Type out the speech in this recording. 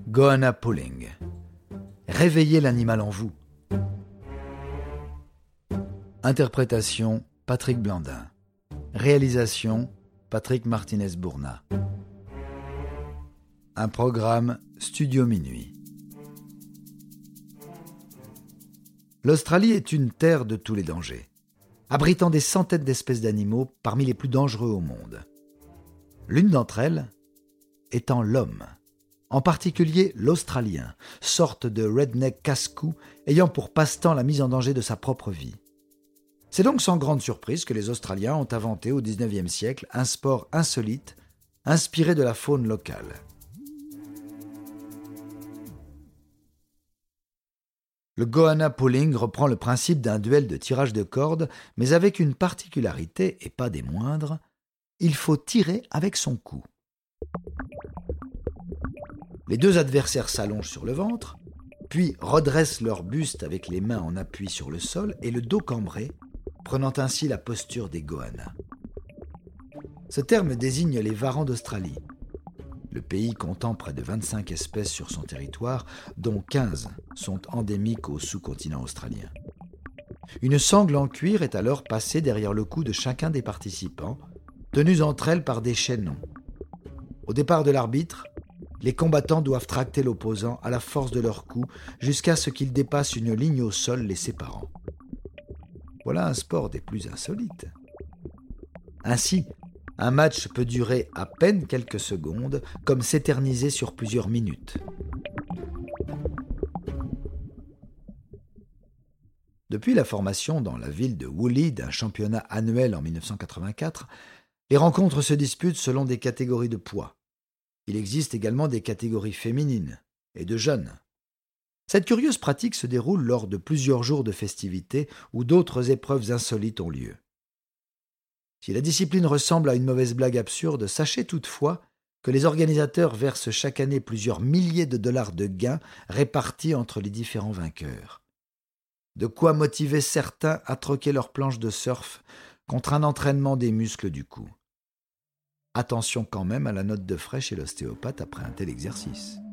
Goanna Pulling. Réveillez l'animal en vous. Interprétation Patrick Blandin. Réalisation Patrick Martinez-Bourna. Un programme Studio Minuit. L'Australie est une terre de tous les dangers, abritant des centaines d'espèces d'animaux parmi les plus dangereux au monde. L'une d'entre elles étant l'homme, en particulier l'Australien, sorte de redneck casse-cou ayant pour passe-temps la mise en danger de sa propre vie. C'est donc sans grande surprise que les Australiens ont inventé au XIXe siècle un sport insolite, inspiré de la faune locale. Le Goanna Pulling reprend le principe d'un duel de tirage de corde, mais avec une particularité, et pas des moindres, il faut tirer avec son cou. Les deux adversaires s'allongent sur le ventre, puis redressent leur buste avec les mains en appui sur le sol et le dos cambré, prenant ainsi la posture des goannas. Ce terme désigne les varans d'Australie. Le pays comptant près de 25 espèces sur son territoire, dont 15 sont endémiques au sous-continent australien. Une sangle en cuir est alors passée derrière le cou de chacun des participants, tenues entre elles par des chaînons. Au départ de l'arbitre, les combattants doivent tracter l'opposant à la force de leur cou jusqu'à ce qu'il dépasse une ligne au sol les séparant. Voilà un sport des plus insolites. Ainsi, un match peut durer à peine quelques secondes, comme s'éterniser sur plusieurs minutes. Depuis la formation dans la ville de Woolley d'un championnat annuel en 1984, les rencontres se disputent selon des catégories de poids. Il existe également des catégories féminines et de jeunes. Cette curieuse pratique se déroule lors de plusieurs jours de festivités où d'autres épreuves insolites ont lieu. Si la discipline ressemble à une mauvaise blague absurde, sachez toutefois que les organisateurs versent chaque année plusieurs milliers de dollars de gains répartis entre les différents vainqueurs. De quoi motiver certains à troquer leur planche de surf contre un entraînement des muscles du cou. Attention quand même à la note de frais chez l'ostéopathe après un tel exercice.